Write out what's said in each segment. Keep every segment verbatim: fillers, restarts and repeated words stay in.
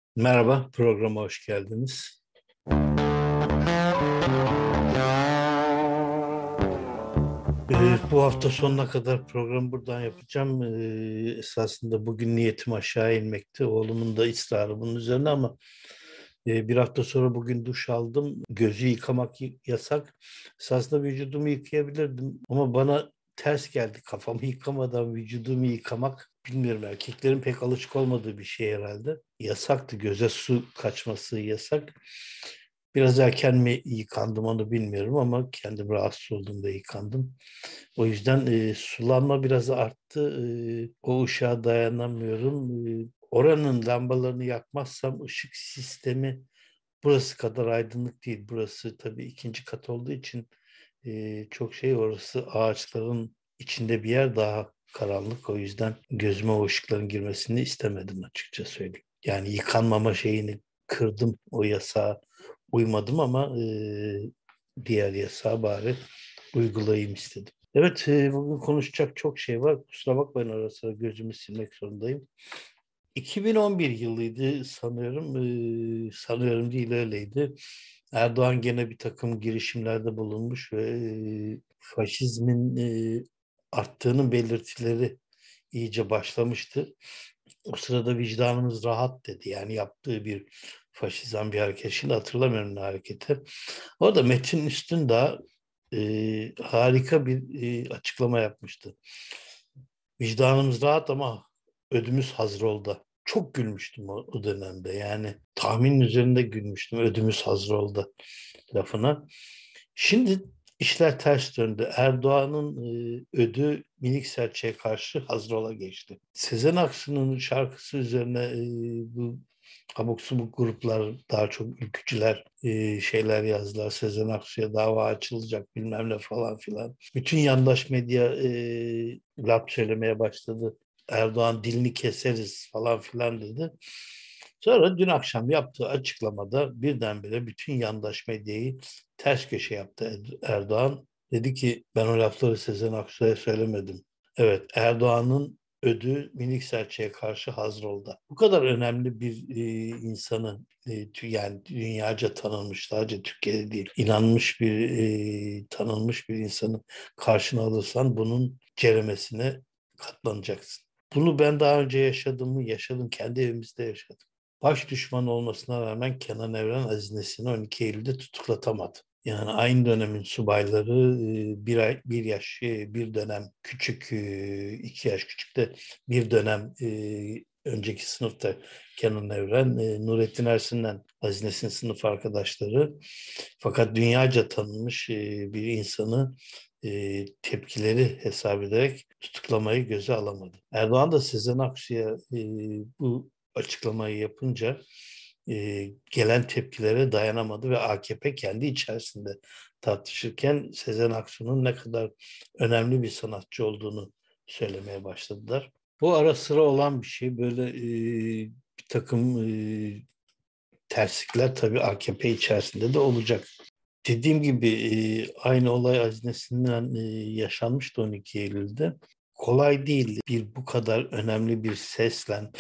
Merhaba, programa hoş geldiniz. Ee, bu hafta sonuna kadar programı buradan yapacağım. Ee, esasında bugün niyetim aşağı inmekti. Oğlumun da ısrarı bunun üzerine ama e, bir hafta sonra bugün duş aldım. Gözü yıkamak y- yasak. Esasında vücudumu yıkayabilirdim ama bana ters geldi. Kafamı yıkamadan vücudumu yıkamak. Bilmiyorum, erkeklerin pek alışık olmadığı bir şey herhalde. Yasaktı, göze su kaçması yasak. Biraz erken mi yıkandım onu bilmiyorum ama kendim rahatsız olduğumda yıkandım. O yüzden e, sulanma biraz arttı. E, o ışığa dayanamıyorum. E, oranın lambalarını yakmazsam ışık sistemi burası kadar aydınlık değil. Burası tabii ikinci kat olduğu için e, çok şey, orası ağaçların içinde bir yer, daha karanlık. O yüzden gözüme o ışıkların girmesini istemedim, açıkça söyleyeyim. Yani yıkanmama şeyini kırdım, o yasağa uymadım ama e, diğer yasağı bari uygulayayım istedim. Evet, e, bugün konuşacak çok şey var. Kusura bakmayın, ara sıra gözümü silmek zorundayım. iki bin on bir yılıydı sanıyorum. E, sanıyorum değil, öyleydi. Erdoğan gene bir takım girişimlerde bulunmuş ve e, faşizmin e, arttığının belirtileri iyice başlamıştı. O sırada vicdanımız rahat dedi. Yani yaptığı bir faşizan bir hareket. Şimdi hatırlamıyorum ne hareketi. Orada Metin Üstündağ e, harika bir e, açıklama yapmıştı. Vicdanımız rahat ama ödümüz Hazrol'da. Çok gülmüştüm o, o dönemde. Yani tahminin üzerinde gülmüştüm. Ödümüz Hazrol'da lafına. Şimdi işler ters döndü. Erdoğan'ın e, ödü Minik Serçe'ye karşı Hazrol'a geçti. Sezen Aksu'nun şarkısı üzerine e, bu abuk subuk gruplar, daha çok ülkücüler e, şeyler yazdılar. Sezen Aksu'ya dava açılacak bilmem ne falan filan. Bütün yandaş medya e, laf söylemeye başladı. Erdoğan dilini keseriz falan filan dedi. Sonra dün akşam yaptığı açıklamada birdenbire bütün yandaş medyayı ters köşe yaptı Erdoğan. Dedi ki ben o lafları Sezen Aksu'ya söylemedim. Evet, Erdoğan'ın ödü Minik Serçe'ye karşı Hazrol'da. Bu kadar önemli bir e, insanı, e, yani dünyaca tanınmış, sadece Türkiye'de değil, inanmış bir, e, tanınmış bir insanı karşına alırsan bunun ceremesine katlanacaksın. Bunu ben daha önce yaşadım mı? Yaşadım, kendi evimizde yaşadım. Baş düşman olmasına rağmen Kenan Evren Aziz Nesin'i on iki Eylül'de tutuklatamadı. Yani aynı dönemin subayları, e, bir, ay, bir yaş, e, bir dönem küçük, e, iki yaş küçük de bir dönem e, önceki sınıfta Kenan Evren, e, Nurettin Ersin'den Aziz Nesin sınıf arkadaşları. Fakat dünyaca tanınmış e, bir insanı e, tepkileri hesap ederek tutuklamayı göze alamadı. Erdoğan da Sezen Aksu'ya e, bu açıklamayı yapınca e, gelen tepkilere dayanamadı ve A K P kendi içerisinde tartışırken Sezen Aksu'nun ne kadar önemli bir sanatçı olduğunu söylemeye başladılar. Bu ara sıra olan bir şey. Böyle e, bir takım e, terslikler tabii A K P içerisinde de olacak. Dediğim gibi e, aynı olay Aziz Nesin'den e, yaşanmıştı on iki Eylül'de. Kolay değil bir bu kadar önemli bir sesle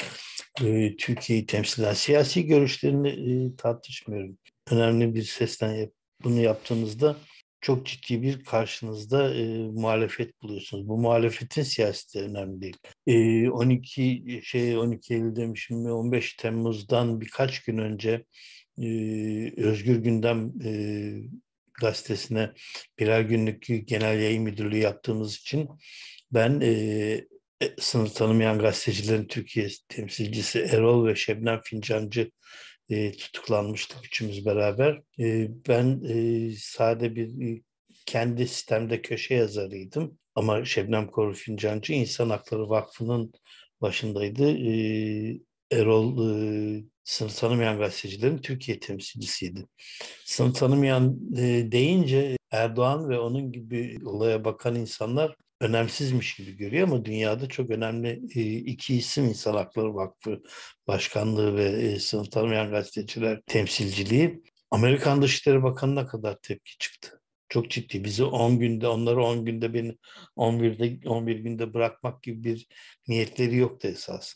e, Türkiye'yi temsil eden, siyasi görüşlerini e, tartışmıyorum. Önemli bir sesle yap- bunu yaptığınızda çok ciddi bir karşınızda e, muhalefet buluyorsunuz. Bu muhalefetin siyaseti önemli değil. E, on iki şey on iki Eylül demişim, on beş Temmuz'dan birkaç gün önce e, Özgür Gündem e, gazetesine birer günlük genel yayın müdürlüğü yaptığımız için ben e, e, sınır tanımayan gazetecilerin Türkiye temsilcisi Erol ve Şebnem Fincancı e, tutuklanmıştık üçümüz beraber. E, ben e, sade bir e, kendi sistemde köşe yazarıydım. Ama Şebnem Korur Fincancı İnsan Hakları Vakfı'nın başındaydı. E, Erol e, sınır tanımayan gazetecilerin Türkiye temsilcisiydi. Sınır tanımayan e, deyince Erdoğan ve onun gibi olaya bakan insanlar önemsizmiş gibi görüyor ama dünyada çok önemli e, iki isim: İnsan Hakları Vakfı Başkanlığı ve e, Sınır Tanımayan Gazeteciler Temsilciliği. Amerikan Dışişleri Bakanı'na kadar tepki çıktı. Çok ciddi. Bizi on günde, onları on günde, beni on birde, on bir günde bırakmak gibi bir niyetleri yoktu esasında.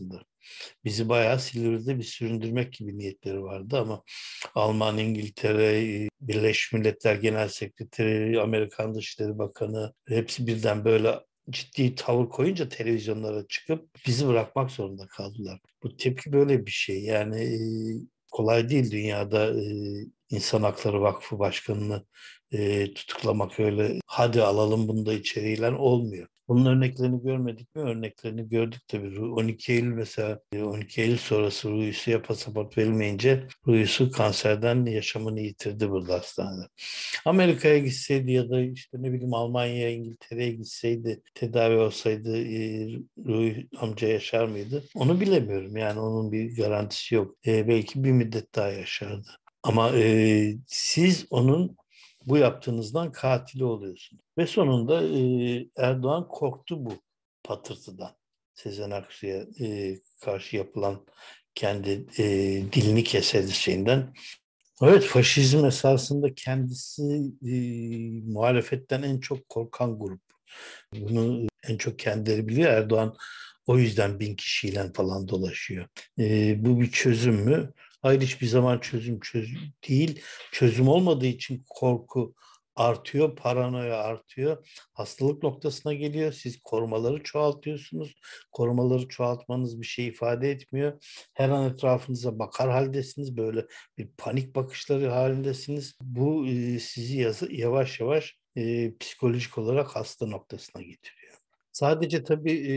Bizi bayağı Silivri'de bir süründürmek gibi niyetleri vardı ama Alman, İngiltere, Birleşmiş Milletler Genel Sekreteri, Amerikan Dışişleri Bakanı hepsi birden böyle ciddi tavır koyunca televizyonlara çıkıp bizi bırakmak zorunda kaldılar. Bu tepki böyle bir şey. Yani e, kolay değil dünyada e, İnsan Hakları Vakfı Başkanı'nı e, tutuklamak öyle hadi alalım bunu da içeriyle olmuyor. Bunun örneklerini görmedik mi? Örneklerini gördük tabii. on iki Eylül mesela on iki Eylül sonrası Ruizu'ya pasaport verilmeyince Ruizu kanserden yaşamını yitirdi burada hastanede. Amerika'ya gitseydi ya da işte ne bileyim Almanya'ya, İngiltere'ye gitseydi, tedavi olsaydı e, Ruhi amca yaşar mıydı? Onu bilemiyorum. Yani onun bir garantisi yok. E, belki bir müddet daha yaşardı. Ama e, siz onun bu yaptığınızdan katili oluyorsunuz. Ve sonunda e, Erdoğan korktu bu patırtıdan. Sezen Aksu'ya e, karşı yapılan kendi e, dilini keser şeyinden. Evet, faşizm esasında kendisi e, muhalefetten en çok korkan grup. Bunu en çok kendileri biliyor. Erdoğan o yüzden bin kişiyle falan dolaşıyor. E, bu bir çözüm mü? Hayır, hiçbir zaman çözüm çözüm değil. Çözüm olmadığı için korku artıyor, paranoya artıyor. Hastalık noktasına geliyor. Siz korumaları çoğaltıyorsunuz. Korumaları çoğaltmanız bir şey ifade etmiyor. Her an etrafınıza bakar haldesiniz. Böyle bir panik bakışları halindesiniz. Bu e, sizi yazı, yavaş yavaş e, psikolojik olarak hasta noktasına getiriyor. Sadece tabii e,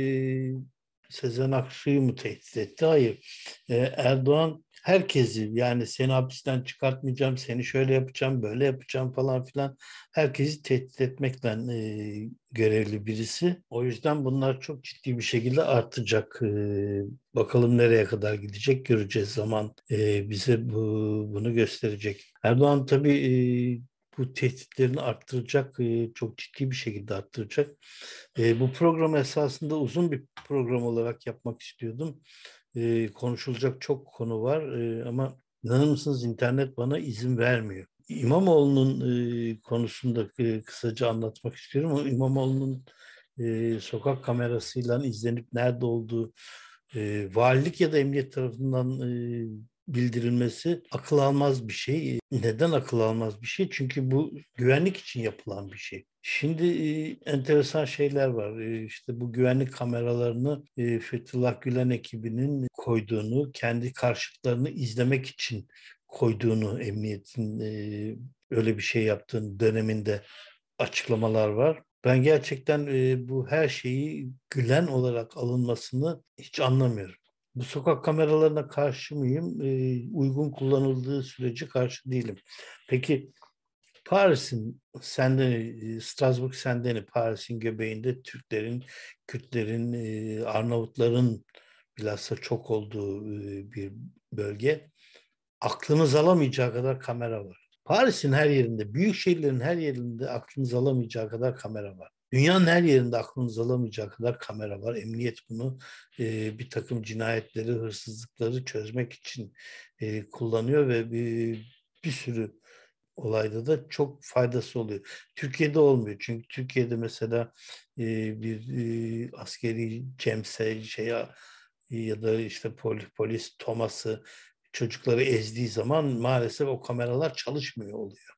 Sezen Aksu'yu mu tehdit etti? Hayır. E, Erdoğan herkesi yani seni hapisten çıkartmayacağım, seni şöyle yapacağım, böyle yapacağım falan filan herkesi tehdit etmekle e, görevli birisi. O yüzden bunlar çok ciddi bir şekilde artacak. E, bakalım nereye kadar gidecek göreceğiz. Zaman e, bize bu, bunu gösterecek. Erdoğan tabii e, bu tehditlerini arttıracak, e, çok ciddi bir şekilde arttıracak. E, bu programı esasında uzun bir program olarak yapmak istiyordum. E, konuşulacak çok konu var e, ama inanır mısınız internet bana izin vermiyor. İmamoğlu'nun e, konusunda e, kısaca anlatmak istiyorum. O İmamoğlu'nun e, sokak kamerasıyla izlenip nerede olduğu e, valilik ya da emniyet tarafından e, bildirilmesi akıl almaz bir şey. Neden akıl almaz bir şey? Çünkü bu güvenlik için yapılan bir şey. Şimdi e, enteresan şeyler var. E, işte bu güvenlik kameralarını e, Fethullah Gülen ekibinin koyduğunu, kendi karşıtlarını izlemek için koyduğunu, emniyetin e, öyle bir şey yaptığını döneminde açıklamalar var. Ben gerçekten e, bu her şeyi Gülen olarak alınmasını hiç anlamıyorum. Bu sokak kameralarına karşı mıyım? E, uygun kullanıldığı sürece karşı değilim. Peki Paris'in sendeni, Strasbourg sendeni, Paris'in göbeğinde Türklerin, Kürtlerin, e, Arnavutların bilhassa çok olduğu e, bir bölge. Aklınız alamayacağı kadar kamera var. Paris'in her yerinde, büyük şehirlerin her yerinde aklınız alamayacağı kadar kamera var. Dünyanın her yerinde aklınız alamayacağı kadar kamera var. Emniyet bunu e, bir takım cinayetleri, hırsızlıkları çözmek için e, kullanıyor ve bir, bir sürü olayda da çok faydası oluyor. Türkiye'de olmuyor. Çünkü Türkiye'de mesela e, bir e, askeri cemse şeye ya da işte polis, polis Thomas'ı çocukları ezdiği zaman maalesef o kameralar çalışmıyor oluyor.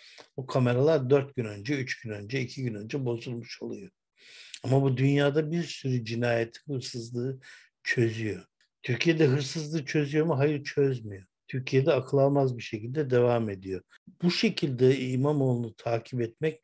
O kameralar dört gün önce, üç gün önce, iki gün önce bozulmuş oluyor. Ama bu dünyada bir sürü cinayet, hırsızlığı çözüyor. Türkiye'de hırsızlığı çözüyor mu? Hayır, çözmüyor. Türkiye'de akıl almaz bir şekilde devam ediyor. Bu şekilde İmamoğlu'nu takip etmek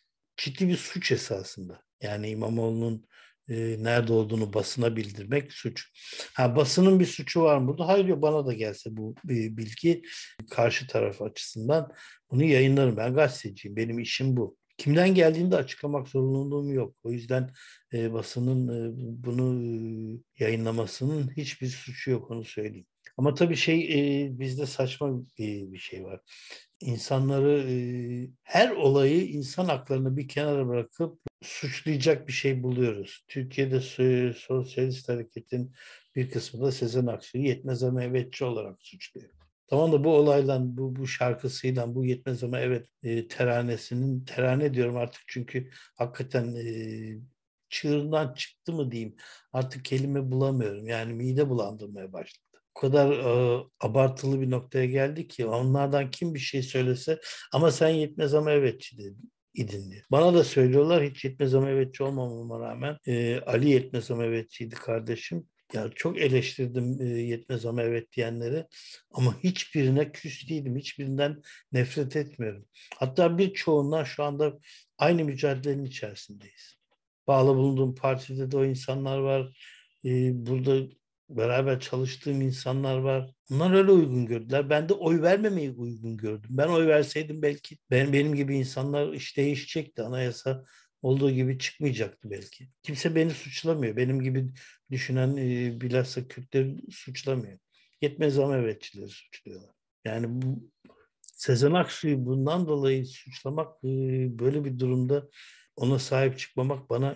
ciddi bir suç esasında. Yani İmamoğlu'nun e, nerede olduğunu basına bildirmek suç. Ha, basının bir suçu var mı burada? Hayır, yok, bana da gelse bu e, bilgi karşı taraf açısından bunu yayınlarım. Ben gazeteciyim. Benim işim bu. Kimden geldiğini de açıklamak zorunluluğum yok. O yüzden e, basının e, bunu e, yayınlamasının hiçbir suçu yok, onu söyleyeyim. Ama tabii şey e, bizde saçma bir, bir şey var. İnsanları e, her olayı insan haklarını bir kenara bırakıp suçlayacak bir şey buluyoruz. Türkiye'de so- sosyalist hareketin bir kısmı da Sezen Aksu'yu yetmez ama evetçi olarak suçluyor. Tamam da bu olayla, bu, bu şarkısıyla, bu yetmez ama evet e, teranesinin, terane diyorum artık çünkü hakikaten e, çığırından çıktı mı diyeyim. Artık kelime bulamıyorum. Yani mide bulandırmaya başladı. O kadar e, abartılı bir noktaya geldi ki onlardan kim bir şey söylese ama sen yetmez ama evetçi dedin. İdin diye. Bana da söylüyorlar hiç yetmez ama evetçi olmamama rağmen e, Ali yetmez ama evetçiydi kardeşim. Ya çok eleştirdim e, yetmez ama evet diyenleri ama hiçbirine küs değilim. Hiçbirinden nefret etmiyorum. Hatta birçoğundan şu anda aynı mücadelenin içerisindeyiz. Bağlı bulunduğum partide de o insanlar var. Ee, burada beraber çalıştığım insanlar var. Bunlar öyle uygun gördüler. Ben de oy vermemeyi uygun gördüm. Ben oy verseydim belki ben, benim gibi insanlar iş değişecekti. Anayasa olduğu gibi çıkmayacaktı belki. Kimse beni suçlamıyor. Benim gibi düşünen e, bilhassa Kürtleri suçlamıyor. Yetmez ama evetçileri suçluyorlar. Yani bu Sezen Aksu'yu bundan dolayı suçlamak e, böyle bir durumda ona sahip çıkmamak bana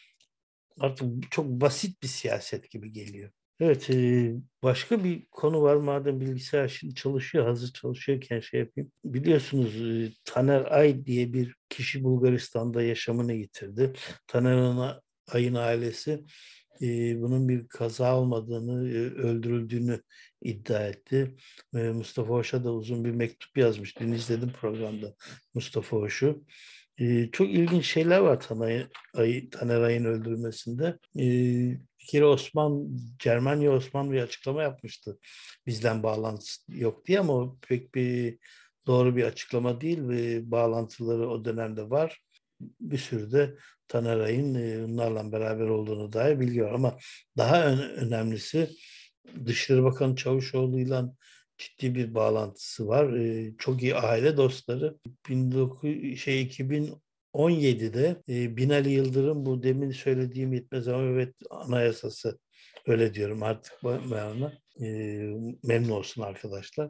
artık çok basit bir siyaset gibi geliyor. Evet, e, başka bir konu var madem bilgisayar şimdi çalışıyor, hazır çalışıyorken şey yapayım. Biliyorsunuz e, Taner Ay diye bir kişi Bulgaristan'da yaşamını yitirdi. Taner Ay'ın ailesi e, bunun bir kaza olmadığını, e, öldürüldüğünü iddia etti. E, Mustafa Hoş'a da uzun bir mektup yazmış. Dün izledim programda Mustafa Hoş'u. E, çok ilginç şeyler var Taner, Ay, Taner Ay'ın öldürülmesinde. E, bir kere Osman, Cermanya Osman bir açıklama yapmıştı. Bizden bağlantısı yok diye ama o pek bir doğru bir açıklama değil ve bağlantıları o dönemde var. Bir sürü de Taner Ay'ın e, onlarla beraber olduğunu dair bilgi var. Ama daha ön- önemlisi Dışişleri Bakanı Çavuşoğlu'yla ciddi bir bağlantısı var. E, çok iyi aile dostları. bin dokuz yüz, şey, iki bin on yedide e, Binali Yıldırım bu demin söylediğim yetmez ama evet anayasası öyle diyorum artık bu mealına. E, memnun olsun arkadaşlar.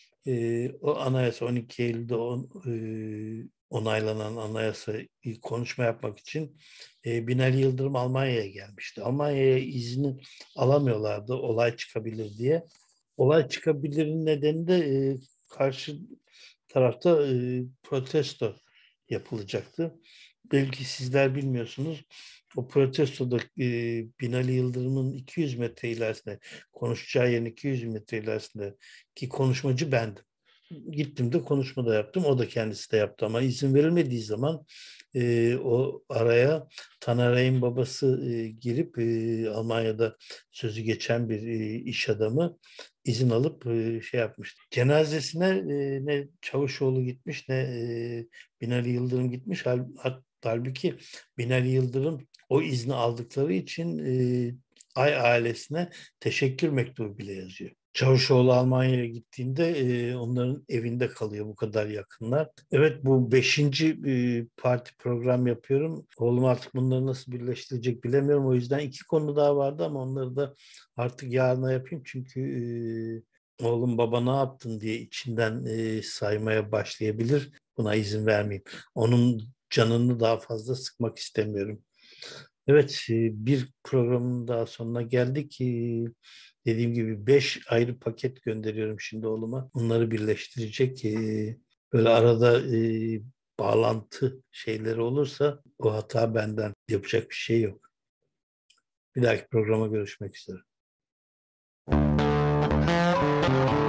E, o anayasa on iki Eylül'de on, e, onaylanan anayasayı konuşma yapmak için e, Binali Yıldırım Almanya'ya gelmişti. Almanya'ya izni alamıyorlardı olay çıkabilir diye. Olay çıkabilirin nedeni de e, karşı tarafta e, protesto yapılacaktı. Belki sizler bilmiyorsunuz. O protestoda e, Binali Yıldırım'ın iki yüz metre ilerisinde konuşacağı yerin iki yüz metre ilerisindeki konuşmacı bendim. Gittim de konuşma da yaptım. O da kendisi de yaptı ama izin verilmediği zaman e, o araya Taner Ay'ın babası e, girip e, Almanya'da sözü geçen bir e, iş adamı izin alıp e, şey yapmıştı. Cenazesine e, ne Çavuşoğlu gitmiş ne e, Binali Yıldırım gitmiş. Hal, halbuki Binali Yıldırım o izni aldıkları için e, Ay ailesine teşekkür mektubu bile yazıyor. Çavuşoğlu Almanya'ya gittiğinde e, onların evinde kalıyor bu kadar yakınlar. Evet bu beşinci e, parti program yapıyorum. Oğlum artık bunları nasıl birleştirecek bilemiyorum. O yüzden iki konu daha vardı ama onları da artık yarına yapayım. Çünkü e, oğlum baba ne yaptın diye içinden e, saymaya başlayabilir. Buna izin vermeyeyim. Onun canını daha fazla sıkmak istemiyorum. Evet, e, bir programın daha sonuna geldik. E, Dediğim gibi beş ayrı paket gönderiyorum şimdi oğluma. Bunları birleştirecek. E, Böyle arada e, bağlantı şeyleri olursa o hata benden. Yapacak bir şey yok. Bir dahaki programa görüşmek üzere.